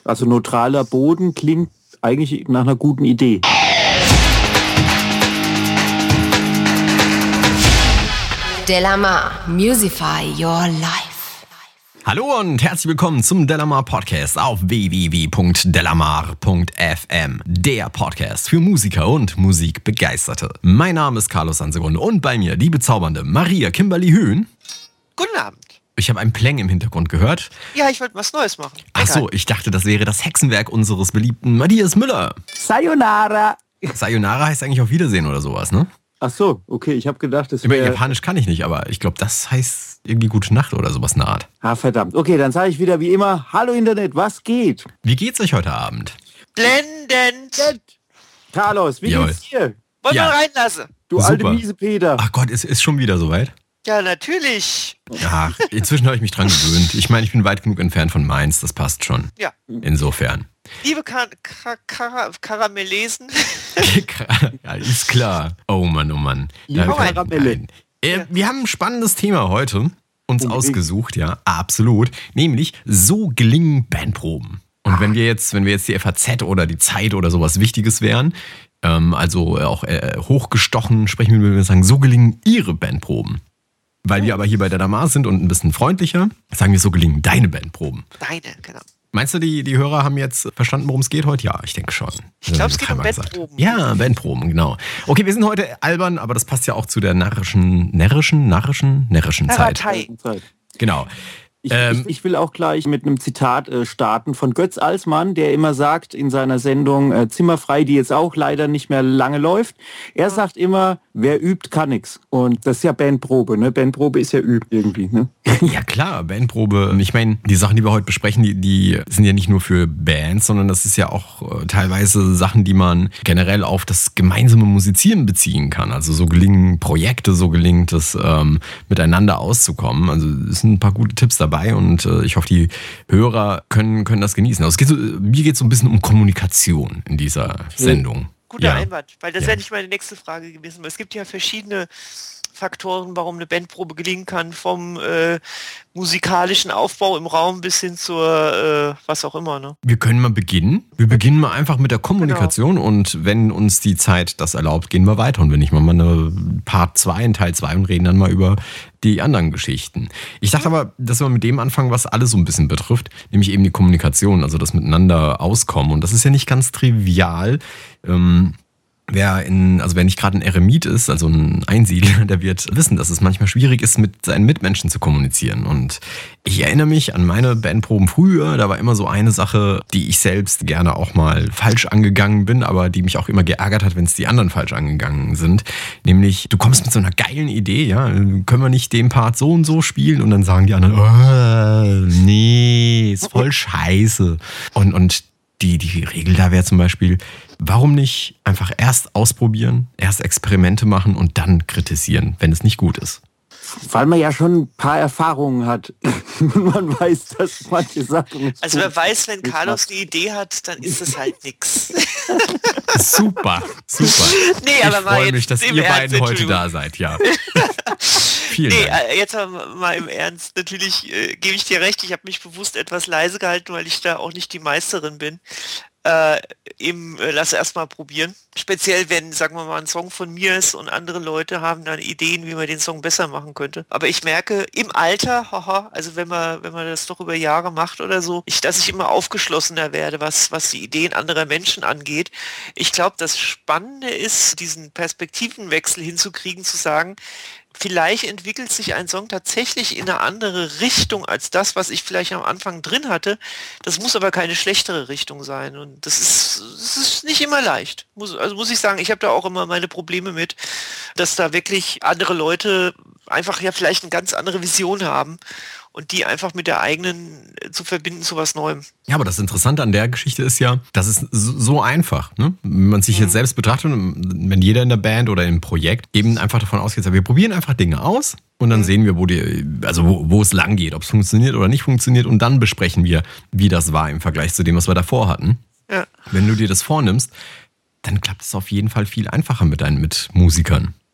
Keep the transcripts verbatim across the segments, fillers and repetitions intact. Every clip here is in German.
Also neutraler Boden klingt eigentlich nach einer guten Idee. Delamar, Musify Your Life. Hallo und herzlich willkommen zum Delamar Podcast auf w w w punkt delamar punkt f m. Der Podcast für Musiker und Musikbegeisterte. Mein Name ist Carlos Sansegrund und bei mir die bezaubernde Maria Kimberly Hühn. Guten Abend. Ich habe einen Pläng im Hintergrund gehört. Ja, ich wollte was Neues machen. Ach so, ich dachte, das wäre das Hexenwerk unseres beliebten Matthias Müller. Sayonara! Sayonara heißt eigentlich auf Wiedersehen oder sowas, ne? Ach so, okay, ich habe gedacht, das Über wäre... Japanisch kann ich nicht, aber ich glaube, das heißt irgendwie gute Nacht oder sowas in der Art. Ah, verdammt. Okay, dann sage ich wieder wie immer, hallo Internet, was geht? Wie geht's euch heute Abend? Blendend. Carlos, wie Jawohl. geht's dir? Wollen Ja. wir reinlassen? Du Super. alte miese Peter. Ach Gott, es ist schon wieder soweit? Ja, natürlich. Ach, inzwischen habe ich mich dran gewöhnt. Ich meine, ich bin weit genug entfernt von Mainz, das passt schon. Ja. Insofern. Liebe Kar Kar Kar Karamellesen. Ja, ist klar. Oh Mann, oh Mann. Liebe Da- Karamelle. Nein. Äh, wir haben ein spannendes Thema heute uns Unbedingt. ausgesucht, ja, absolut. Nämlich, so gelingen Bandproben. Und wenn wir jetzt, wenn wir jetzt die F A Z oder die Zeit oder sowas Wichtiges wären, ähm, also auch äh, hochgestochen, sprechen wir, wenn wir sagen, so gelingen ihre Bandproben. Weil wir aber hier bei Delamar sind und ein bisschen freundlicher, sagen wir, so gelingen deine Bandproben. Deine, genau. Meinst du, die, die Hörer haben jetzt verstanden, worum es geht heute? Ja, ich denke schon. Ich glaube, es Das geht haben um wir gesagt. Bandproben. Ja, Bandproben, genau. Okay, wir sind heute albern, aber das passt ja auch zu der narrischen, närrischen, narrischen, närrischen Zeit. Naratei. Zeit. Genau. Ich, Ähm, ich, ich will auch gleich mit einem Zitat äh, starten von Götz Alsmann, der immer sagt in seiner Sendung äh, Zimmerfrei, die jetzt auch leider nicht mehr lange läuft. Er sagt immer, wer übt, kann nix. Und das ist ja Bandprobe, ne? Bandprobe ist ja übt irgendwie, ne? Ja klar, Bandprobe. Ich meine, die Sachen, die wir heute besprechen, die, die sind ja nicht nur für Bands, sondern das ist ja auch äh, teilweise Sachen, die man generell auf das gemeinsame Musizieren beziehen kann. Also so gelingen Projekte, so gelingt es, ähm, miteinander auszukommen. Also es sind ein paar gute Tipps dabei und äh, ich hoffe, die Hörer können, können das genießen. Also es geht so, mir geht es so ein bisschen um Kommunikation in dieser Sendung. Guter Ja. Einwand, weil das Ja. wäre nicht meine nächste Frage gewesen. Es gibt ja verschiedene Faktoren, warum eine Bandprobe gelingen kann, vom äh, musikalischen Aufbau im Raum bis hin zur äh, was auch immer. Ne? Wir können mal beginnen. Wir beginnen mal einfach mit der Kommunikation und wenn uns die Zeit das erlaubt, gehen wir weiter. Und wenn nicht, machen wir eine Part zwei, einen Teil zwei und reden dann mal über die anderen Geschichten. Ich dachte aber, dass wir mit dem anfangen, was alles so ein bisschen betrifft, nämlich eben die Kommunikation, also das Miteinander auskommen. Und das ist ja nicht ganz trivial. Ähm, Wer in, also wer nicht gerade ein Eremit ist, also ein Einsiedler, der wird wissen, dass es manchmal schwierig ist, mit seinen Mitmenschen zu kommunizieren. Und ich erinnere mich an meine Bandproben früher, da war immer so eine Sache, die ich selbst gerne auch mal falsch angegangen bin, aber die mich auch immer geärgert hat, wenn es die anderen falsch angegangen sind. Nämlich, du kommst mit so einer geilen Idee, ja, können wir nicht den Part so und so spielen? Und dann sagen die anderen, oh, nee, ist voll scheiße. Und, und Die, die Regel da wäre zum Beispiel, warum nicht einfach erst ausprobieren, erst Experimente machen und dann kritisieren, wenn es nicht gut ist? Weil man ja schon ein paar Erfahrungen hat. Man weiß, dass manche Sachen... Also wer weiß, wenn nicht Carlos macht. eine Idee hat, dann ist es halt nix. Super, super. Nee, Ich aber mal freue jetzt mich, dass im ihr Ernst, beiden heute Entschuldigung. da seid, ja. Vielen Nee, Dank. äh, jetzt aber mal im Ernst. Natürlich äh, gebe ich dir recht, ich habe mich bewusst etwas leise gehalten, weil ich da auch nicht die Meisterin bin. Äh, eben äh, lass erst mal probieren. Speziell, wenn, sagen wir mal, ein Song von mir ist und andere Leute haben dann Ideen, wie man den Song besser machen könnte. Aber ich merke im Alter, haha, also wenn man, wenn man das doch über Jahre macht oder so, ich, dass ich immer aufgeschlossener werde, was, was die Ideen anderer Menschen angeht. Ich glaube, das Spannende ist, diesen Perspektivenwechsel hinzukriegen, zu sagen, vielleicht entwickelt sich ein Song tatsächlich in eine andere Richtung als das, was ich vielleicht am Anfang drin hatte. Das muss aber keine schlechtere Richtung sein. Und das ist, das ist nicht immer leicht. Muss, also muss ich sagen, ich habe da auch immer meine Probleme mit, dass da wirklich andere Leute einfach ja vielleicht eine ganz andere Vision haben und die einfach mit der eigenen zu verbinden zu was Neuem. Ja, aber das Interessante an der Geschichte ist ja, das ist so so einfach. Ne? Wenn man sich jetzt selbst betrachtet, wenn jeder in der Band oder im Projekt eben einfach davon ausgeht, wir probieren einfach Dinge aus und dann sehen wir, wo die, also wo, wo es lang geht, ob es funktioniert oder nicht funktioniert und dann besprechen wir, wie das war im Vergleich zu dem, was wir davor hatten. Ja. Wenn du dir das vornimmst, dann klappt es auf jeden Fall viel einfacher mit deinen Mitmusikern.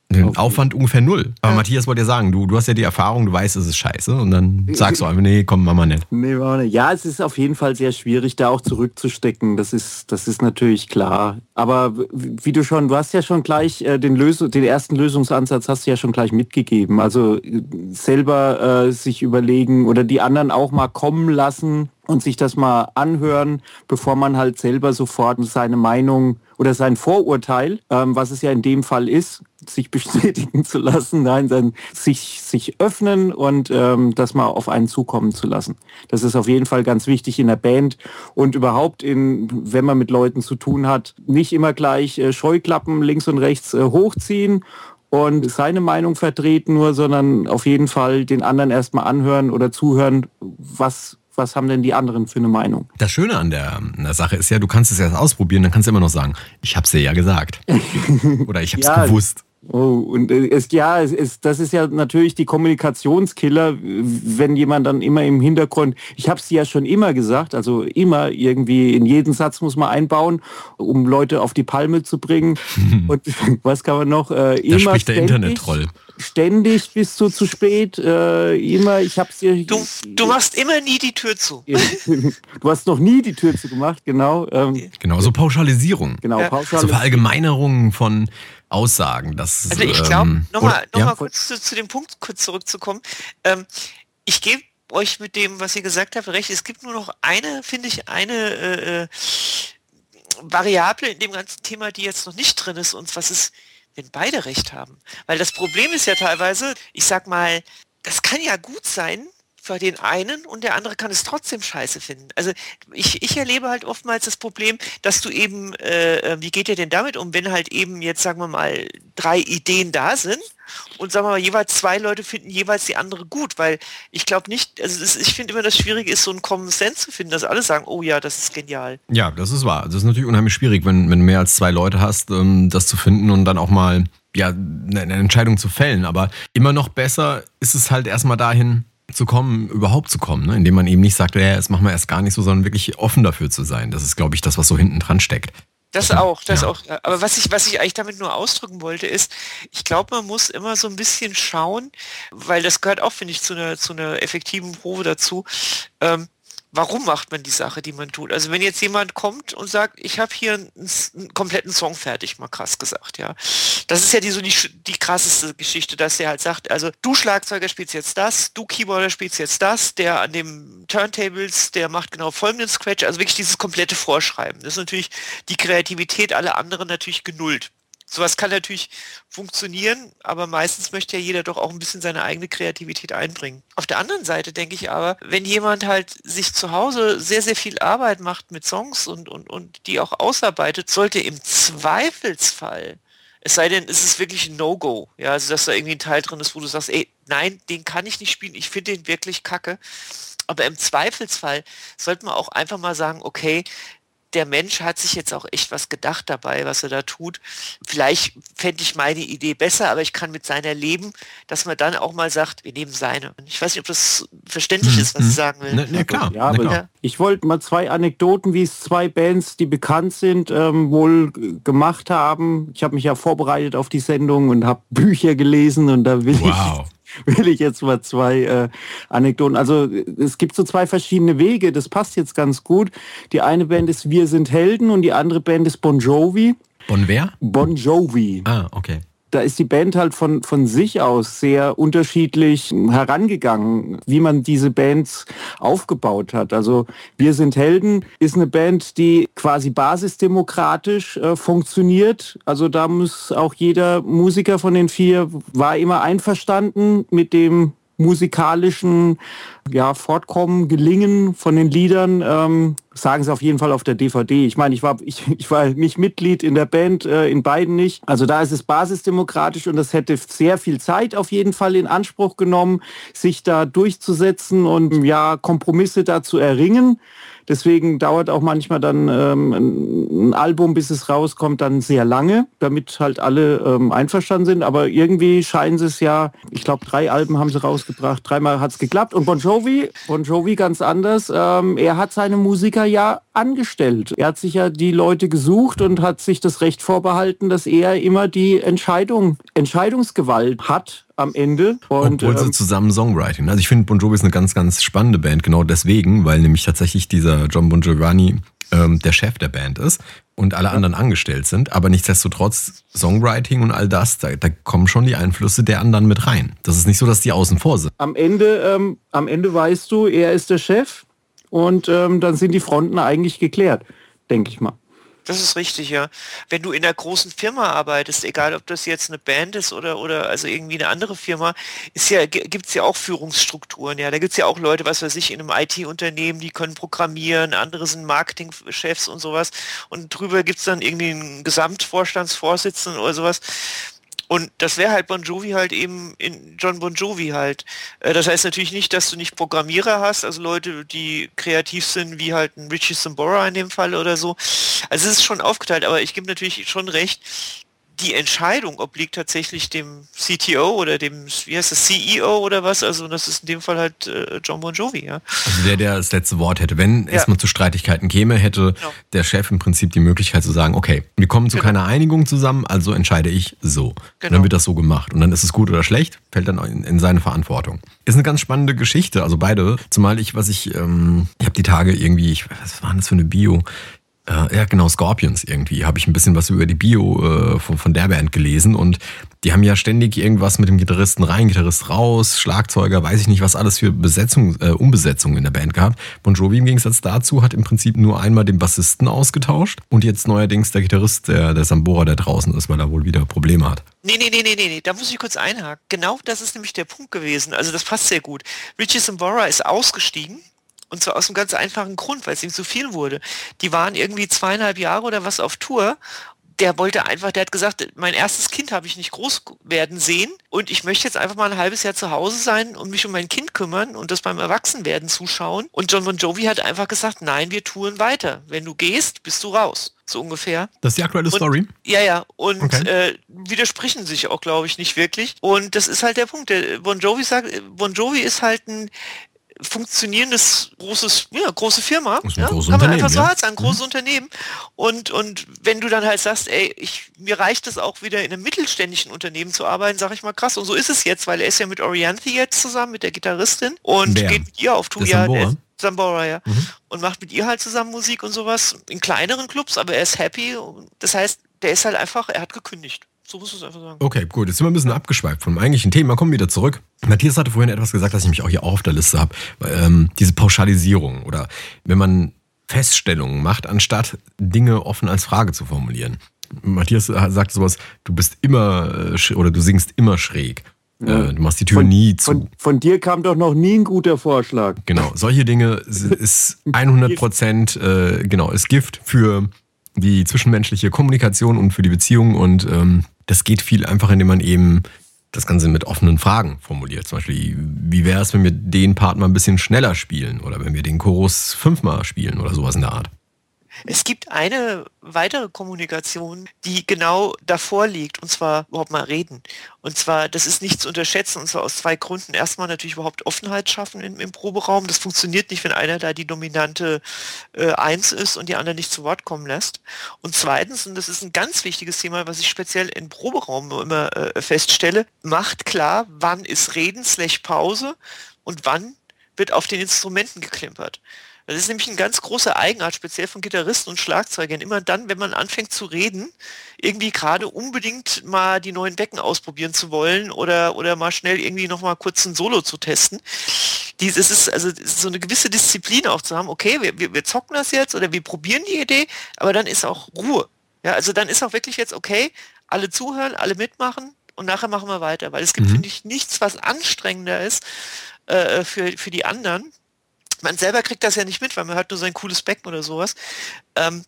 Den Aufwand ungefähr null. Aber ja. Matthias wollte ja sagen, du, du hast ja die Erfahrung, du weißt, es ist scheiße und dann sagst du einfach, nee, komm, mach mal nicht. Nee, mach nicht. Ja, es ist auf jeden Fall sehr schwierig, da auch zurückzustecken. Das ist, das ist natürlich klar. Aber wie du schon, du hast ja schon gleich äh, den, Lös- den ersten Lösungsansatz hast du ja schon gleich mitgegeben. Also äh, selber äh, sich überlegen oder die anderen auch mal kommen lassen und sich das mal anhören, bevor man halt selber sofort seine Meinung oder sein Vorurteil, ähm, was es ja in dem Fall ist, sich bestätigen zu lassen, nein, dann sich, sich öffnen und ähm, das mal auf einen zukommen zu lassen. Das ist auf jeden Fall ganz wichtig in der Band und überhaupt, in, wenn man mit Leuten zu tun hat, nicht immer gleich äh, Scheuklappen links und rechts äh, hochziehen und seine Meinung vertreten nur, sondern auf jeden Fall den anderen erstmal anhören oder zuhören, was was haben denn die anderen für eine Meinung? Das Schöne an der, an der Sache ist ja, du kannst es erst ausprobieren, dann kannst du immer noch sagen, ich hab's dir ja gesagt. Oder ich hab's ja, gewusst. Oh, und es, ja, es ist, das ist ja natürlich die Kommunikationskiller, wenn jemand dann immer im Hintergrund, ich habe es dir ja schon immer gesagt, also immer irgendwie in jeden Satz muss man einbauen, um Leute auf die Palme zu bringen. Und was kann man noch? Äh, immer da spricht der Internet-Troll. Ständig bist du zu spät, äh, immer, ich hab's dir... Du, du machst immer nie die Tür zu. Du hast noch nie die Tür zu gemacht, genau. Ähm, genau, so Pauschalisierung. Genau, ja. Pauschalisierung. So Verallgemeinerungen von Aussagen. Das, also ich glaube, ähm, nochmal noch ja? mal kurz zu, zu dem Punkt kurz zurückzukommen. Ähm, ich gebe euch mit dem, was ihr gesagt habt, recht. Es gibt nur noch eine, finde ich, eine äh, Variable in dem ganzen Thema, die jetzt noch nicht drin ist. Und was ist, wenn beide recht haben? Weil das Problem ist ja teilweise, ich sag mal, das kann ja gut sein für den einen und der andere kann es trotzdem scheiße finden. Also ich, ich erlebe halt oftmals das Problem, dass du eben, äh, wie geht ihr denn damit um, wenn halt eben jetzt, sagen wir mal, drei Ideen da sind und sagen wir mal, jeweils zwei Leute finden jeweils die andere gut, weil ich glaube nicht, also das, ich finde immer, das Schwierige ist, so einen Common Sense zu finden, dass alle sagen, oh ja, das ist genial. Ja, das ist wahr. Das ist natürlich unheimlich schwierig, wenn, wenn du mehr als zwei Leute hast, ähm, das zu finden und dann auch mal ja, eine Entscheidung zu fällen. Aber immer noch besser ist es halt erstmal dahin zu kommen, überhaupt zu kommen, ne? Indem man eben nicht sagt, ja, das machen wir erst gar nicht so, sondern wirklich offen dafür zu sein. Das ist, glaube ich, das, was so hinten dran steckt. Das auch, das ja. auch. Aber was ich, was ich eigentlich damit nur ausdrücken wollte, ist, ich glaube, man muss immer so ein bisschen schauen, weil das gehört auch, finde ich, zu einer, zu einer effektiven Probe dazu. Ähm, Warum macht man die Sache, die man tut? Also wenn jetzt jemand kommt und sagt, ich habe hier einen, einen kompletten Song fertig, mal krass gesagt, ja. Das ist ja die so die, die krasseste Geschichte, dass der halt sagt, also du Schlagzeuger spielst jetzt das, du Keyboarder spielst jetzt das, der an dem Turntables, der macht genau folgenden Scratch, also wirklich dieses komplette Vorschreiben. Das ist natürlich die Kreativität aller anderen natürlich genullt. Sowas kann natürlich funktionieren, aber meistens möchte ja jeder doch auch ein bisschen seine eigene Kreativität einbringen. Auf der anderen Seite denke ich aber, wenn jemand halt sich zu Hause sehr, sehr viel Arbeit macht mit Songs und, und, und die auch ausarbeitet, sollte im Zweifelsfall, es sei denn, es ist wirklich ein No-Go, ja, also dass da irgendwie ein Teil drin ist, wo du sagst, ey, nein, den kann ich nicht spielen, ich finde den wirklich kacke. Aber im Zweifelsfall sollte man auch einfach mal sagen, okay, der Mensch hat sich jetzt auch echt was gedacht dabei, was er da tut. Vielleicht fände ich meine Idee besser, aber ich kann mit seiner leben, dass man dann auch mal sagt, wir nehmen seine. Ich weiß nicht, ob das verständlich ist, was ich sagen will. Ne, ne, klar. Ja, aber klar. Ich wollte mal zwei Anekdoten, wie es zwei Bands, die bekannt sind, ähm, wohl gemacht haben. Ich habe mich ja vorbereitet auf die Sendung und habe Bücher gelesen und da will wow. ich... will ich jetzt mal zwei äh, Anekdoten. Also es gibt so zwei verschiedene Wege, das passt jetzt ganz gut. Die eine Band ist Wir sind Helden und die andere Band ist Bon Jovi. Bon wer? Bon Jovi. Ah, okay. Da ist die Band halt von, von sich aus sehr unterschiedlich herangegangen, wie man diese Bands aufgebaut hat. Also Wir sind Helden ist eine Band, die quasi basisdemokratisch äh, funktioniert. Also da muss auch jeder Musiker von den vier war immer einverstanden mit dem musikalischen ja, Fortkommen, Gelingen von den Liedern, ähm, sagen sie auf jeden Fall auf der D V D. Ich meine, ich war, ich, ich war nicht Mitglied in der Band, äh, in beiden nicht. Also da ist es basisdemokratisch und das hätte sehr viel Zeit auf jeden Fall in Anspruch genommen, sich da durchzusetzen und ja, Kompromisse da zu erringen. Deswegen dauert auch manchmal dann ähm, ein Album, bis es rauskommt, dann sehr lange, damit halt alle ähm, einverstanden sind. Aber irgendwie scheinen sie es ja, ich glaube, drei Alben haben sie rausgebracht, dreimal hat es geklappt. Und Bon Jovi, Bon Jovi ganz anders. Ähm, er hat seine Musiker ja angestellt. Er hat sich ja die Leute gesucht und hat sich das Recht vorbehalten, dass er immer die Entscheidung, Entscheidungsgewalt hat am Ende. Und, Obwohl sie ähm, zusammen Songwriting. Also ich finde, Bon Jovi ist eine ganz, ganz spannende Band, genau deswegen, weil nämlich tatsächlich dieser John Bon Giovanni ähm, der Chef der Band ist und alle anderen angestellt sind, aber nichtsdestotrotz Songwriting und all das, da, da kommen schon die Einflüsse der anderen mit rein. Das ist nicht so, dass die außen vor sind. Am Ende, ähm, am Ende weißt du, er ist der Chef und ähm, dann sind die Fronten eigentlich geklärt, denke ich mal. Das ist richtig, ja. Wenn du in einer großen Firma arbeitest, egal ob das jetzt eine Band ist oder, oder also irgendwie eine andere Firma, ist ja, gibt es ja auch Führungsstrukturen, ja. Da gibt es ja auch Leute, was weiß ich, in einem I T-Unternehmen, die können programmieren, andere sind Marketingchefs und sowas. Und drüber gibt es dann irgendwie einen Gesamtvorstandsvorsitzenden oder sowas. Und das wäre halt Bon Jovi halt eben in John Bon Jovi halt. Das heißt natürlich nicht, dass du nicht Programmierer hast, also Leute, die kreativ sind, wie halt ein Richie Sambora in dem Fall oder so. Also es ist schon aufgeteilt, aber ich gebe natürlich schon recht, die Entscheidung obliegt tatsächlich dem C T O oder dem, wie heißt das, C E O oder was, also das ist in dem Fall halt äh, John Bon Jovi, ja. Also der, der das letzte Wort hätte. Wenn ja. es mal zu Streitigkeiten käme, hätte genau. der Chef im Prinzip die Möglichkeit zu sagen, okay, wir kommen zu genau. keiner Einigung zusammen, also entscheide ich so. Genau. Und dann wird das so gemacht. Und dann ist es gut oder schlecht, fällt dann in, in seine Verantwortung. Ist eine ganz spannende Geschichte, also beide, zumal ich, was ich, ähm, ich habe die Tage irgendwie, ich, was war das für eine Bio? Ja, genau, Scorpions irgendwie. Habe ich ein bisschen was über die Bio äh, von, von der Band gelesen und die haben ja ständig irgendwas mit dem Gitarristen rein, Gitarrist raus, Schlagzeuger, weiß ich nicht, was alles für Besetzung, äh, Umbesetzung in der Band gehabt. Bon Jovi im Gegensatz dazu hat im Prinzip nur einmal den Bassisten ausgetauscht und jetzt neuerdings der Gitarrist, der, der Sambora, der draußen ist, weil er wohl wieder Probleme hat. Nee, nee, nee, nee, nee, da muss ich kurz einhaken. Genau das ist nämlich der Punkt gewesen. Also das passt sehr gut. Richie Sambora ist ausgestiegen. Und zwar aus einem ganz einfachen Grund, weil es ihm zu viel wurde. Die waren irgendwie zweieinhalb Jahre oder was auf Tour. Der wollte einfach, der hat gesagt, mein erstes Kind habe ich nicht groß werden sehen und ich möchte jetzt einfach mal ein halbes Jahr zu Hause sein und mich um mein Kind kümmern und das beim Erwachsenwerden zuschauen. Und John Bon Jovi hat einfach gesagt, nein, wir touren weiter. Wenn du gehst, bist du raus. So ungefähr. Das ist die aktuelle Story? Und, ja, ja. Und okay. äh, widersprechen sich auch, glaube ich, nicht wirklich. Und das ist halt der Punkt. Der Bon Jovi sagt, Bon Jovi ist halt ein funktionierendes großes, ja, große Firma, ein ja, großes kann man einfach so ja. hart sagen, großes mhm. Unternehmen. Und, und wenn du dann halt sagst, ey, ich, mir reicht es auch wieder in einem mittelständischen Unternehmen zu arbeiten, sag ich mal krass. Und so ist es jetzt, weil er ist ja mit Orianthi jetzt zusammen, mit der Gitarristin und Wer? geht mit ihr auf Tour. Der Ja, Sambora? der Sambora, ja. Mhm. Und macht mit ihr halt zusammen Musik und sowas in kleineren Clubs, aber er ist happy. Das heißt, der ist halt einfach, er hat gekündigt. So muss es einfach sagen. Okay, gut. Jetzt sind wir ein bisschen abgeschweift vom eigentlichen Thema. Kommen wir wieder zurück. Matthias hatte vorhin etwas gesagt, das ich mich auch hier auch auf der Liste habe. Ähm, diese Pauschalisierung oder wenn man Feststellungen macht, anstatt Dinge offen als Frage zu formulieren. Matthias sagt sowas, du bist immer oder du singst immer schräg. Ja. Du machst die Tür von, nie zu. Von, von dir kam doch noch nie ein guter Vorschlag. Genau, solche Dinge ist hundert Prozent äh, genau, ist Gift für die zwischenmenschliche Kommunikation und für die Beziehung und ähm, das geht viel einfach, indem man eben das Ganze mit offenen Fragen formuliert. Zum Beispiel, wie wäre es, wenn wir den Part mal ein bisschen schneller spielen oder wenn wir den Chorus fünfmal spielen oder sowas in der Art. Es gibt eine weitere Kommunikation, die genau davor liegt, und zwar überhaupt mal reden. Und zwar, das ist nicht zu unterschätzen, und zwar aus zwei Gründen. Erstmal natürlich überhaupt Offenheit schaffen im, im Proberaum. Das funktioniert nicht, wenn einer da die dominante äh, Eins ist und die anderen nicht zu Wort kommen lässt. Und zweitens, und das ist ein ganz wichtiges Thema, was ich speziell im Proberaum immer äh, feststelle, macht klar, wann ist Reden slash Pause und wann wird auf den Instrumenten geklimpert. Das ist nämlich eine ganz große Eigenart, speziell von Gitarristen und Schlagzeugern. Immer dann, wenn man anfängt zu reden, irgendwie gerade unbedingt mal die neuen Becken ausprobieren zu wollen oder, oder mal schnell irgendwie noch mal kurz ein Solo zu testen. Dies, es ist also es ist so eine gewisse Disziplin auch zu haben, okay, wir, wir, wir zocken das jetzt oder wir probieren die Idee, aber dann ist auch Ruhe. Ja, also dann ist auch wirklich jetzt, okay, alle zuhören, alle mitmachen und nachher machen wir weiter. Weil es gibt, mhm. finde ich, nichts, was anstrengender ist äh, für, für die anderen. Man selber kriegt das ja nicht mit, weil man hört nur sein cooles Becken oder sowas. Ähm,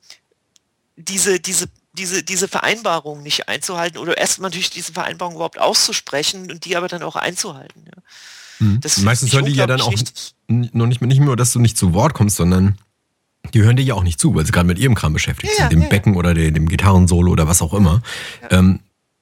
diese, diese, diese, diese Vereinbarung nicht einzuhalten oder erstmal natürlich diese Vereinbarung überhaupt auszusprechen und die aber dann auch einzuhalten. Ja. Hm. Meistens hören die ja dann auch wichtig. noch nicht, nicht nur, dass du nicht zu Wort kommst, sondern die hören dir ja auch nicht zu, weil sie gerade mit ihrem Kram beschäftigt ja, sind, dem ja, Becken oder dem, dem Gitarrensolo oder was auch immer. Ja. Ähm,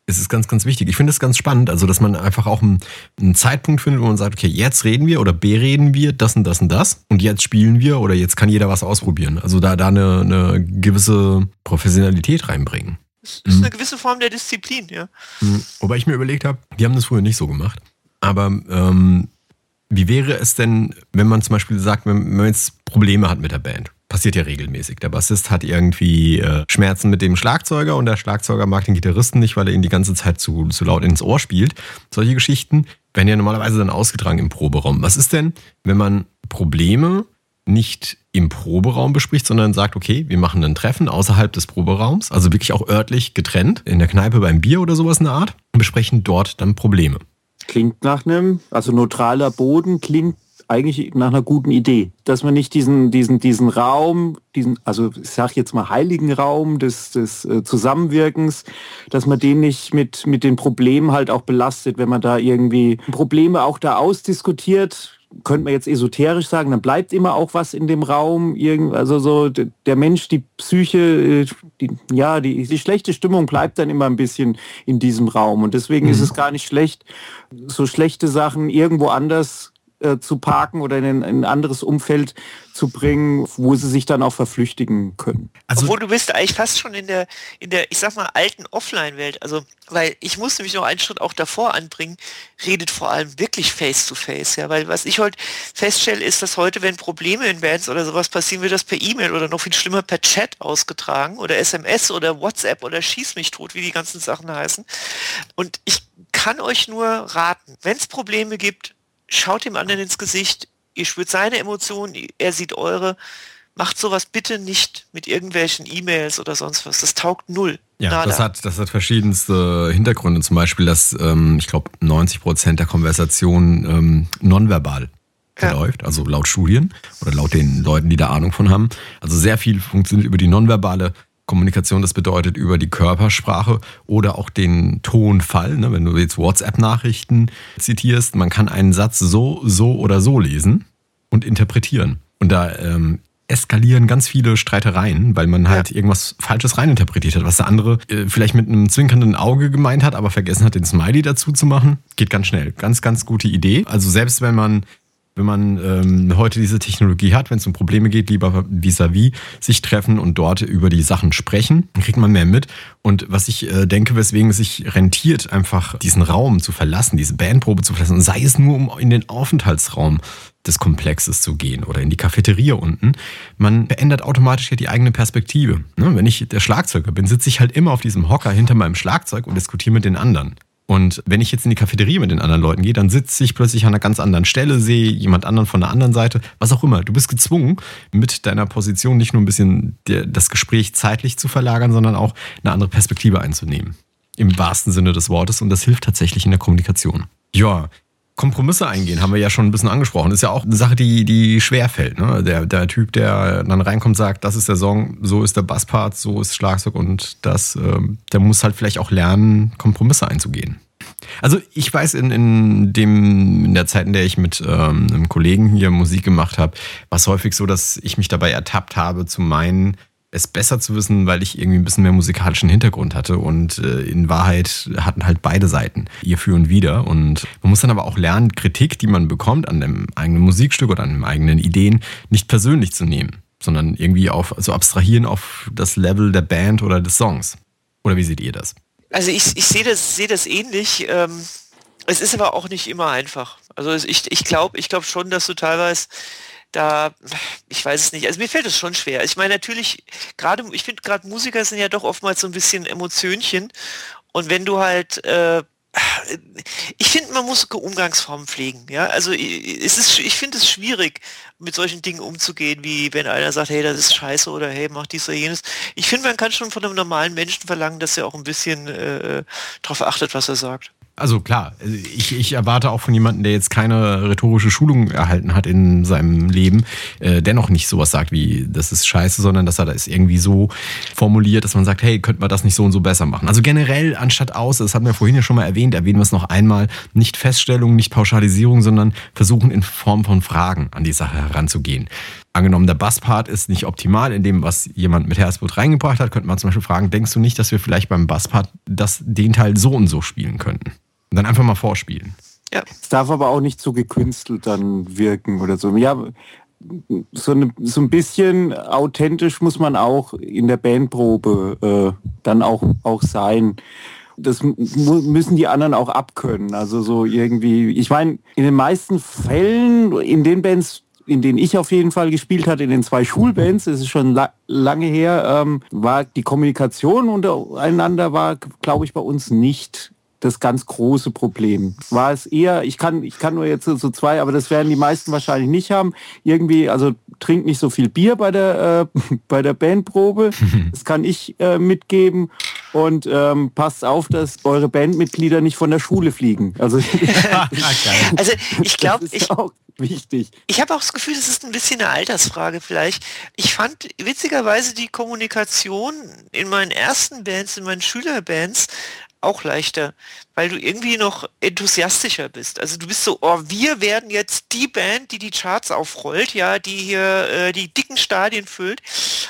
Es ist ganz, ganz wichtig. Ich finde es ganz spannend, also dass man einfach auch einen, einen Zeitpunkt findet, wo man sagt, okay, jetzt reden wir oder bereden wir das und das und das und jetzt spielen wir oder jetzt kann jeder was ausprobieren. Also da, da eine, eine gewisse Professionalität reinbringen. Es ist eine gewisse Form der Disziplin, ja. Wobei ich mir überlegt habe, die haben das früher nicht so gemacht, aber ähm, wie wäre es denn, wenn man zum Beispiel sagt, wenn man jetzt Probleme hat mit der Band? Passiert ja regelmäßig. Der Bassist hat irgendwie äh, Schmerzen mit dem Schlagzeuger und der Schlagzeuger mag den Gitarristen nicht, weil er ihn die ganze Zeit zu, zu laut ins Ohr spielt. Solche Geschichten werden ja normalerweise dann ausgetragen im Proberaum. Was ist denn, wenn man Probleme nicht im Proberaum bespricht, sondern sagt, okay, wir machen ein Treffen außerhalb des Proberaums, also wirklich auch örtlich getrennt, in der Kneipe beim Bier oder sowas in der Art, und besprechen dort dann Probleme. Klingt nach einem, also neutraler Boden klingt eigentlich nach einer guten Idee, dass man nicht diesen diesen diesen Raum, diesen, also ich sag jetzt mal heiligen Raum des des äh, Zusammenwirkens, dass man den nicht mit mit den Problemen halt auch belastet, wenn man da irgendwie Probleme auch da ausdiskutiert. Könnte man jetzt esoterisch sagen, dann bleibt immer auch was in dem Raum, also so der Mensch, die Psyche, die, ja, die, die schlechte Stimmung bleibt dann immer ein bisschen in diesem Raum und deswegen mhm. ist es gar nicht schlecht, so schlechte Sachen irgendwo anders äh, zu parken oder in ein, in ein anderes Umfeld zu bringen, wo sie sich dann auch verflüchtigen können. Also, obwohl du bist eigentlich fast schon in der, in der, ich sag mal, alten Offline-Welt. Also, weil ich muss nämlich noch einen Schritt auch davor anbringen, redet vor allem wirklich face-to-face. Ja, weil was ich heute feststelle, ist, dass heute, wenn Probleme in Bands oder sowas passieren, wird das per E-Mail oder noch viel schlimmer per Chat ausgetragen oder S M S oder WhatsApp oder Schieß mich tot, wie die ganzen Sachen heißen. Und ich kann euch nur raten, wenn es Probleme gibt, schaut dem anderen ins Gesicht, ihr spürt seine Emotionen, er sieht eure. Macht sowas bitte nicht mit irgendwelchen E-Mails oder sonst was. Das taugt null. Ja, Nada. das hat, das hat verschiedenste Hintergründe. Zum Beispiel, dass, ähm, ich glaube, neunzig Prozent der Konversation ähm, nonverbal verläuft. Ja. Also laut Studien oder laut den Leuten, die da Ahnung von haben. Also sehr viel funktioniert über die nonverbale Kommunikation. Das bedeutet über die Körpersprache oder auch den Tonfall. Ne? Wenn du jetzt WhatsApp-Nachrichten zitierst, man kann einen Satz so, so oder so lesen und interpretieren. Und da ähm, eskalieren ganz viele Streitereien, weil man halt ja. irgendwas Falsches reininterpretiert hat, was der andere äh, vielleicht mit einem zwinkernden Auge gemeint hat, aber vergessen hat, den Smiley dazu zu machen. Geht ganz schnell. Ganz, ganz gute Idee. Also selbst wenn man Wenn man ähm, heute diese Technologie hat, wenn es um Probleme geht, lieber vis-à-vis sich treffen und dort über die Sachen sprechen, dann kriegt man mehr mit. Und was ich äh, denke, weswegen es sich rentiert, einfach diesen Raum zu verlassen, diese Bandprobe zu verlassen, sei es nur, um in den Aufenthaltsraum des Komplexes zu gehen oder in die Cafeteria unten, man verändert automatisch ja die eigene Perspektive. Ne? Wenn ich der Schlagzeuger bin, sitze ich halt immer auf diesem Hocker hinter meinem Schlagzeug und diskutiere mit den anderen. Und wenn ich jetzt in die Cafeteria mit den anderen Leuten gehe, dann sitze ich plötzlich an einer ganz anderen Stelle, sehe jemand anderen von der anderen Seite, was auch immer. Du bist gezwungen, mit deiner Position nicht nur ein bisschen das Gespräch zeitlich zu verlagern, sondern auch eine andere Perspektive einzunehmen. Im wahrsten Sinne des Wortes. Und das hilft tatsächlich in der Kommunikation. Ja, Kompromisse eingehen, haben wir ja schon ein bisschen angesprochen. Das ist ja auch eine Sache, die, die schwer fällt. Ne? Der, der Typ, der dann reinkommt, sagt, das ist der Song, so ist der Basspart, so ist Schlagzeug und das, ähm, der muss halt vielleicht auch lernen, Kompromisse einzugehen. Also ich weiß, in, in, dem, in der Zeit, in der ich mit ähm, einem Kollegen hier Musik gemacht habe, war es häufig so, dass ich mich dabei ertappt habe, zu meinen, es besser zu wissen, weil ich irgendwie ein bisschen mehr musikalischen Hintergrund hatte und äh, in Wahrheit hatten halt beide Seiten ihr Für und Wider und man muss dann aber auch lernen, Kritik, die man bekommt an dem eigenen Musikstück oder an den eigenen Ideen, nicht persönlich zu nehmen, sondern irgendwie auf, also abstrahieren auf das Level der Band oder des Songs. Oder wie seht ihr das? Also ich, ich sehe das, sehe das ähnlich. Ähm, es ist aber auch nicht immer einfach. Also ich, ich glaube ich glaub schon, dass du teilweise da, ich weiß es nicht, also mir fällt es schon schwer. Ich meine natürlich, gerade, ich finde gerade Musiker sind ja doch oftmals so ein bisschen Emotionchen und wenn du halt, äh, ich finde, man muss Umgangsformen pflegen, ja, also es ist, ich finde es schwierig, mit solchen Dingen umzugehen, wie wenn einer sagt, hey, das ist scheiße oder hey, mach dies oder jenes. Ich finde, man kann schon von einem normalen Menschen verlangen, dass er auch ein bisschen äh, darauf achtet, was er sagt. Also klar, ich, ich erwarte auch von jemandem, der jetzt keine rhetorische Schulung erhalten hat in seinem Leben, äh, dennoch nicht sowas sagt wie, das ist scheiße, sondern dass er das irgendwie so formuliert, dass man sagt, hey, könnte man das nicht so und so besser machen. Also generell anstatt aus, das hatten wir vorhin ja schon mal erwähnt, erwähnen wir es noch einmal, nicht Feststellung, nicht Pauschalisierung, sondern versuchen in Form von Fragen an die Sache heranzugehen. Angenommen, der Basspart ist nicht optimal in dem, was jemand mit Herzblut reingebracht hat, könnte man zum Beispiel fragen, denkst du nicht, dass wir vielleicht beim Basspart das, den Teil so und so spielen könnten? Und dann einfach mal vorspielen. Ja. Es darf aber auch nicht so gekünstelt dann wirken oder so. Ja, so, eine, so ein bisschen authentisch muss man auch in der Bandprobe äh, dann auch, auch sein. Das mu- müssen die anderen auch abkönnen. Also so irgendwie, ich meine, in den meisten Fällen, in den Bands, in denen ich auf jeden Fall gespielt hatte, in den zwei Schulbands, das ist schon la- lange her, ähm, war die Kommunikation untereinander, war, glaube ich, bei uns nicht das ganz große Problem. War es eher, ich kann, ich kann nur jetzt so, so zwei, aber das werden die meisten wahrscheinlich nicht haben. Irgendwie, also trinkt nicht so viel Bier bei der, äh, bei der Bandprobe. Das kann ich äh, mitgeben. Und ähm, passt auf, dass eure Bandmitglieder nicht von der Schule fliegen. Also, also ich glaube, ich auch wichtig. Ich habe auch das Gefühl, das ist ein bisschen eine Altersfrage vielleicht. Ich fand witzigerweise die Kommunikation in meinen ersten Bands, in meinen Schülerbands auch leichter, weil du irgendwie noch enthusiastischer bist. Also du bist so, oh, wir werden jetzt die Band, die die Charts aufrollt, ja, die hier äh, die dicken Stadien füllt.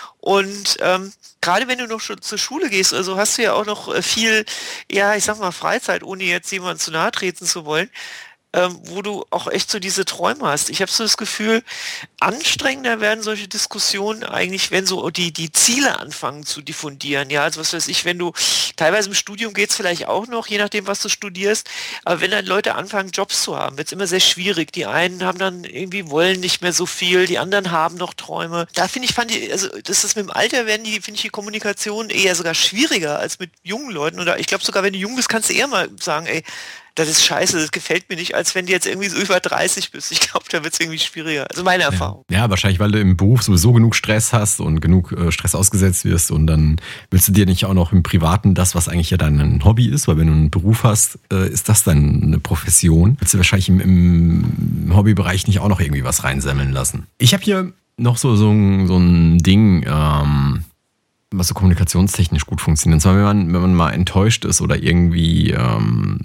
Und ähm, gerade wenn du noch schon zur Schule gehst, also hast du ja auch noch äh, viel, ja, ich sag mal Freizeit, ohne jetzt jemandem zu nahe treten zu wollen, ähm, wo du auch echt so diese Träume hast. Ich habe so das Gefühl, anstrengender werden solche Diskussionen eigentlich, wenn so die, die Ziele anfangen zu diffundieren. Ja, also was weiß ich, wenn du, teilweise im Studium geht's vielleicht auch noch, je nachdem, was du studierst, aber wenn dann Leute anfangen, Jobs zu haben, wird's immer sehr schwierig. Die einen haben dann irgendwie, wollen nicht mehr so viel, die anderen haben noch Träume. Da finde ich, fand ich, also das ist mit dem Alter werden die, finde ich, die Kommunikation eher sogar schwieriger als mit jungen Leuten. Oder ich glaube sogar, wenn du jung bist, kannst du eher mal sagen, ey, das ist scheiße, das gefällt mir nicht, als wenn du jetzt irgendwie so über dreißig bist. Ich glaube, da wird es irgendwie schwieriger. Also meine Erfahrung. Ja. ja, wahrscheinlich, weil du im Beruf sowieso genug Stress hast und genug äh, Stress ausgesetzt wirst und dann willst du dir nicht auch noch im Privaten das, was eigentlich ja dein Hobby ist, weil wenn du einen Beruf hast, äh, ist das dann eine Profession. Willst du wahrscheinlich im, im Hobbybereich nicht auch noch irgendwie was reinsammeln lassen. Ich habe hier noch so, so, ein, so ein Ding, ähm, was so kommunikationstechnisch gut funktioniert. Und zwar, wenn man, wenn man mal enttäuscht ist oder irgendwie ähm,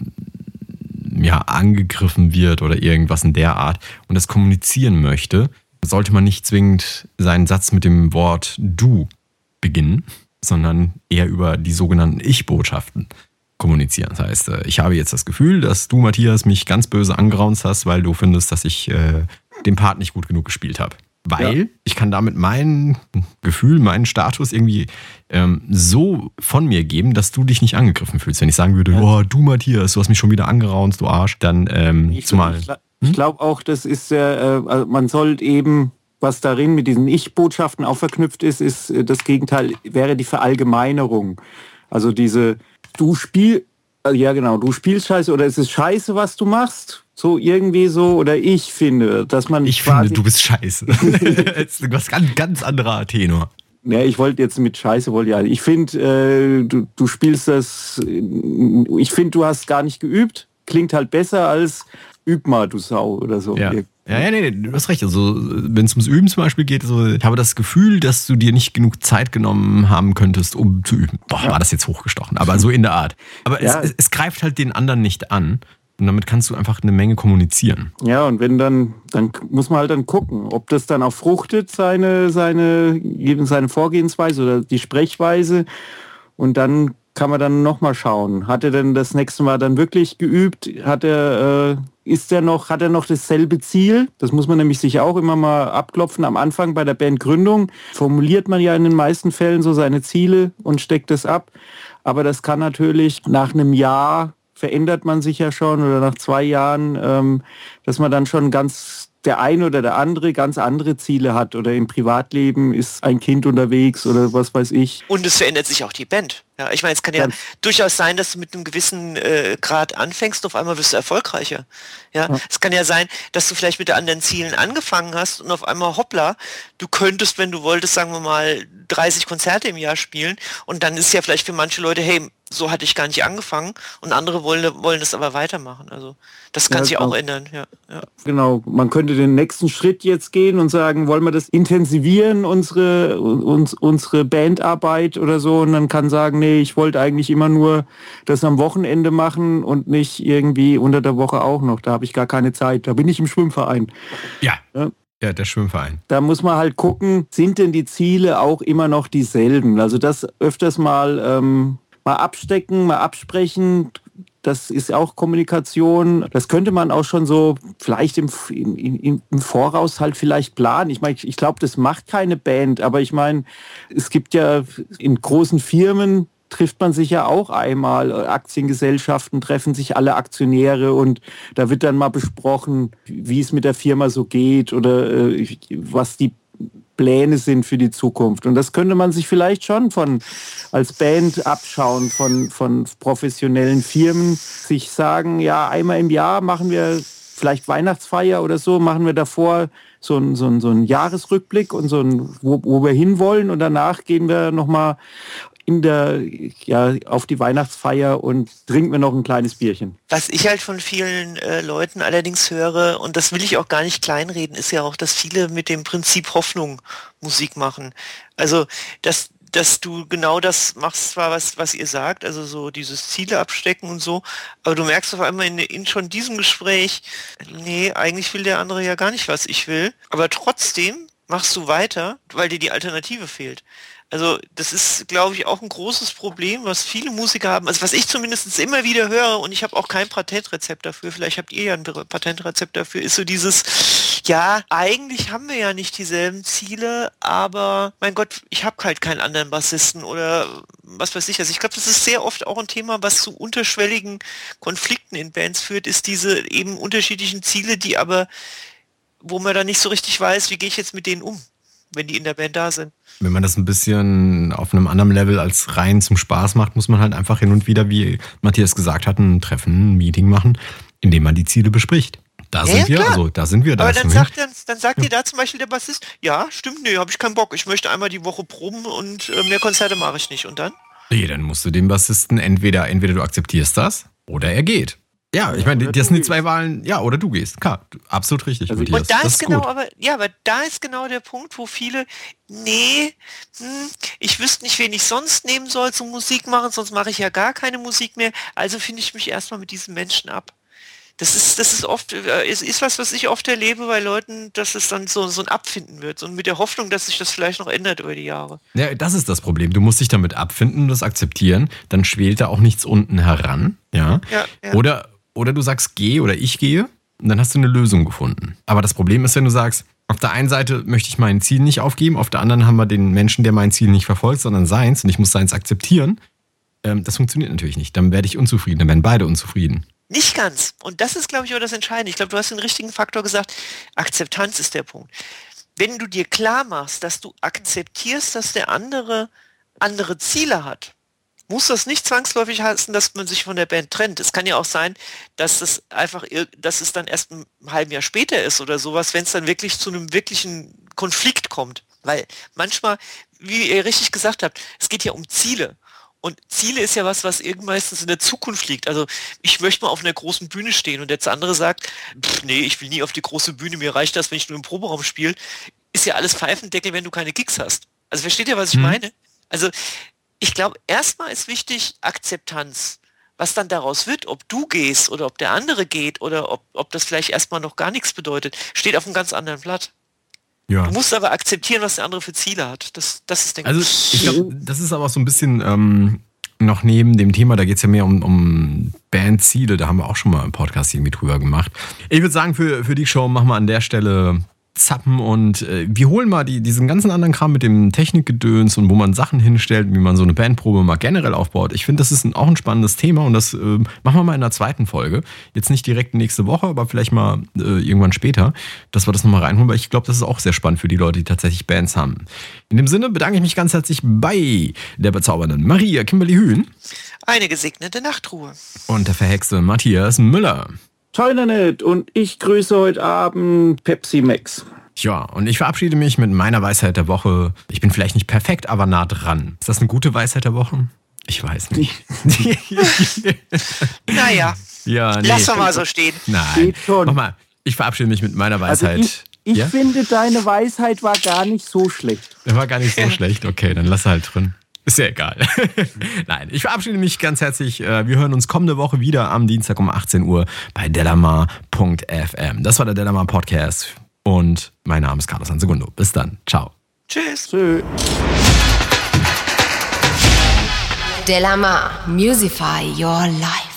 ja, angegriffen wird oder irgendwas in der Art und das kommunizieren möchte, sollte man nicht zwingend seinen Satz mit dem Wort du beginnen, sondern eher über die sogenannten Ich-Botschaften kommunizieren. Das heißt, ich habe jetzt das Gefühl, dass du, Matthias, mich ganz böse angeraunzt hast, weil du findest, dass ich äh, den Part nicht gut genug gespielt habe. Weil ja. ich kann damit mein Gefühl, meinen Status irgendwie ähm, so von mir geben, dass du dich nicht angegriffen fühlst. Wenn ich sagen würde, ja. oh, du Matthias, du hast mich schon wieder angeraunzt, du Arsch, dann ähm, ich, zumal... Ich, ich glaube auch, das ist sehr, äh, also man sollte eben, was darin mit diesen Ich-Botschaften auch verknüpft ist, ist äh, das Gegenteil, wäre die Verallgemeinerung. Also diese, du spiel, äh, ja genau, du spielst scheiße oder es ist scheiße, was du machst. So irgendwie so, oder ich finde, dass man... Ich finde, du bist scheiße. Das ist was ganz, ganz anderer Tenor. Ja, ich wollte jetzt mit Scheiße, wollte ja. Ich finde, äh, du, du spielst das... Ich finde, du hast gar nicht geübt. Klingt halt besser als üb mal, du Sau, oder so. Ja. Ja, ja, nee, nee, du hast recht. Also, wenn es ums Üben zum Beispiel geht, also, ich habe das Gefühl, dass du dir nicht genug Zeit genommen haben könntest, um zu üben. Boah, ja. War das jetzt hochgestochen, aber so in der Art. Aber ja. es, es, es greift halt den anderen nicht an. Und damit kannst du einfach eine Menge kommunizieren. Ja, und wenn dann, dann muss man halt dann gucken, ob das dann auch fruchtet, seine, seine, seine Vorgehensweise oder die Sprechweise. Und dann kann man dann nochmal schauen. Hat er denn das nächste Mal dann wirklich geübt? Hat er, äh, ist er noch, hat er noch dasselbe Ziel? Das muss man nämlich sich auch immer mal abklopfen. Am Anfang bei der Bandgründung formuliert man ja in den meisten Fällen so seine Ziele und steckt das ab. Aber das kann natürlich nach einem Jahr verändert man sich ja schon oder nach zwei Jahren, ähm, dass man dann schon ganz, der eine oder der andere ganz andere Ziele hat oder im Privatleben ist ein Kind unterwegs oder was weiß ich. Und es verändert sich auch die Band. Ja, ich meine, es kann ja ganz durchaus sein, dass du mit einem gewissen äh, Grad anfängst und auf einmal wirst du erfolgreicher. Ja? ja, es kann ja sein, dass du vielleicht mit den anderen Zielen angefangen hast und auf einmal hoppla, du könntest, wenn du wolltest, sagen wir mal, dreißig Konzerte im Jahr spielen und dann ist ja vielleicht für manche Leute, hey, so hatte ich gar nicht angefangen und andere wollen, wollen das aber weitermachen. Also das kann ja, sich genau. auch ändern. Ja, ja. Genau, man könnte den nächsten Schritt jetzt gehen und sagen, wollen wir das intensivieren, unsere, uns, unsere Bandarbeit oder so, und dann kann sagen, nee, ich wollte eigentlich immer nur das am Wochenende machen und nicht irgendwie unter der Woche auch noch. Da habe ich gar keine Zeit. Da bin ich im Schwimmverein. Ja. ja. Ja, der Schwimmverein. Da muss man halt gucken, sind denn die Ziele auch immer noch dieselben? Also das öfters mal, ähm, mal abstecken, mal absprechen. Das ist auch Kommunikation. Das könnte man auch schon so vielleicht im, im, im Voraus halt vielleicht planen. Ich meine, ich glaube, das macht keine Band. Aber ich meine, es gibt ja in großen Firmen, trifft man sich ja auch einmal. Aktiengesellschaften treffen sich alle Aktionäre und da wird dann mal besprochen, wie es mit der Firma so geht oder äh, was die Pläne sind für die Zukunft. Und das könnte man sich vielleicht schon von als Band abschauen, von, von professionellen Firmen, sich sagen, ja, einmal im Jahr machen wir vielleicht Weihnachtsfeier oder so, machen wir davor so ein, so ein, so ein Jahresrückblick und so ein, wo, wo wir hinwollen und danach gehen wir nochmal in der, ja, auf die Weihnachtsfeier und trinken wir noch ein kleines Bierchen. Was ich halt von vielen äh, Leuten allerdings höre, und das will ich auch gar nicht kleinreden, ist ja auch, dass viele mit dem Prinzip Hoffnung Musik machen. Also, dass, dass du genau das machst, zwar was, was ihr sagt, also so dieses Ziele abstecken und so, aber du merkst auf einmal in, in schon diesem Gespräch, nee, eigentlich will der andere ja gar nicht, was ich will, aber trotzdem machst du weiter, weil dir die Alternative fehlt. Also das ist, glaube ich, auch ein großes Problem, was viele Musiker haben. Also was ich zumindest immer wieder höre, und ich habe auch kein Patentrezept dafür, vielleicht habt ihr ja ein Patentrezept dafür, ist so dieses, ja, eigentlich haben wir ja nicht dieselben Ziele, aber mein Gott, ich habe halt keinen anderen Bassisten oder was weiß ich. Also ich glaube, das ist sehr oft auch ein Thema, was zu unterschwelligen Konflikten in Bands führt, ist diese eben unterschiedlichen Ziele, die aber, wo man dann nicht so richtig weiß, wie gehe ich jetzt mit denen um, wenn die in der Band da sind. Wenn man das ein bisschen auf einem anderen Level als rein zum Spaß macht, muss man halt einfach hin und wieder, wie Matthias gesagt hat, ein Treffen, ein Meeting machen, in dem man die Ziele bespricht. Da Ja, sind ja, wir, klar. also da sind wir, da Aber ist dann für mich- sagt, dann, dann sagt dir da zum Beispiel der Bassist, ja, stimmt, nee, habe ich keinen Bock. Ich möchte einmal die Woche proben und äh, mehr Konzerte mache ich nicht. Und dann? Nee, dann musst du dem Bassisten entweder, entweder du akzeptierst das oder er geht. Ja, ich meine, oder das du sind die gehst. zwei Wahlen, ja, oder du gehst. Klar, absolut richtig. Also- Matthias. Und da das ist genau, gut. aber ja, aber da ist genau der Punkt, wo viele, nee, hm, ich wüsste nicht, wen ich sonst nehmen soll zum Musik machen, sonst mache ich ja gar keine Musik mehr. Also finde ich mich erstmal mit diesen Menschen ab. Das ist, das ist oft, äh, es ist was, was ich oft erlebe bei Leuten, dass es dann so, so ein Abfinden wird und mit der Hoffnung, dass sich das vielleicht noch ändert über die Jahre. Ja, das ist das Problem. Du musst dich damit abfinden und das akzeptieren. Dann schwelt da auch nichts unten heran. Ja. Ja, ja. Oder, oder du sagst, geh oder ich gehe und dann hast du eine Lösung gefunden. Aber das Problem ist, wenn du sagst, auf der einen Seite möchte ich mein Ziel nicht aufgeben, auf der anderen haben wir den Menschen, der mein Ziel nicht verfolgt, sondern seins und ich muss seins akzeptieren. Ähm, das funktioniert natürlich nicht. Dann werde ich unzufrieden, dann werden beide unzufrieden. Nicht ganz. Und das ist, glaube ich, auch das Entscheidende. Ich glaube, du hast den richtigen Faktor gesagt. Akzeptanz ist der Punkt. Wenn du dir klar machst, dass du akzeptierst, dass der andere andere Ziele hat, muss das nicht zwangsläufig heißen, dass man sich von der Band trennt. Es kann ja auch sein, dass es einfach, ir- dass es dann erst ein halben Jahr später ist oder sowas, wenn es dann wirklich zu einem wirklichen Konflikt kommt. Weil manchmal, wie ihr richtig gesagt habt, es geht ja um Ziele. Und Ziele ist ja was, was irgend meistens in der Zukunft liegt. Also ich möchte mal auf einer großen Bühne stehen und der andere sagt, pff, nee, ich will nie auf die große Bühne, mir reicht das, wenn ich nur im Proberaum spiele. Ist ja alles Pfeifendeckel, wenn du keine Gigs hast. Also versteht ihr, was ich Mhm. meine? Also ich glaube, erstmal ist wichtig Akzeptanz. Was dann daraus wird, ob du gehst oder ob der andere geht oder ob, ob das vielleicht erstmal noch gar nichts bedeutet, steht auf einem ganz anderen Blatt. Ja. Du musst aber akzeptieren, was der andere für Ziele hat. Das, das ist, denke Also ich. ich glaube, das ist aber auch so ein bisschen ähm, noch neben dem Thema, da geht es ja mehr um, um Bandziele, da haben wir auch schon mal im Podcast irgendwie drüber gemacht. Ich würde sagen, für, für die Show machen wir an der Stelle Zappen und äh, wir holen mal die, diesen ganzen anderen Kram mit dem Technikgedöns und wo man Sachen hinstellt, wie man so eine Bandprobe mal generell aufbaut. Ich finde, das ist ein, auch ein spannendes Thema und das äh, machen wir mal in der zweiten Folge. Jetzt nicht direkt nächste Woche, aber vielleicht mal äh, irgendwann später, dass wir das nochmal reinholen, weil ich glaube, das ist auch sehr spannend für die Leute, die tatsächlich Bands haben. In dem Sinne bedanke ich mich ganz herzlich bei der bezaubernden Maria Kimberly Hühn Eine gesegnete Nachtruhe. und der verhexte Matthias Müller. Toilet und ich grüße heute Abend Pepsi Max. Ja, und ich verabschiede mich mit meiner Weisheit der Woche. Ich bin vielleicht nicht perfekt, aber nah dran. Ist das eine gute Weisheit der Woche? Ich weiß nicht. Naja, Ja, nee. lass doch mal so stehen. Nein. Geht schon. Mach mal. Ich verabschiede mich mit meiner Also Weisheit. ich, ich ja? finde, deine Weisheit war gar nicht so schlecht. Der war gar nicht so schlecht. Okay, dann lass halt drin. Ist ja egal. Nein, ich verabschiede mich ganz herzlich. Wir hören uns kommende Woche wieder am Dienstag um achtzehn Uhr bei delamar punkt f m. Das war der Delamar Podcast. Und mein Name ist Carlos Sansegundo. Bis dann. Ciao. Tschüss. Tschö. Delamar, Musify Your Life.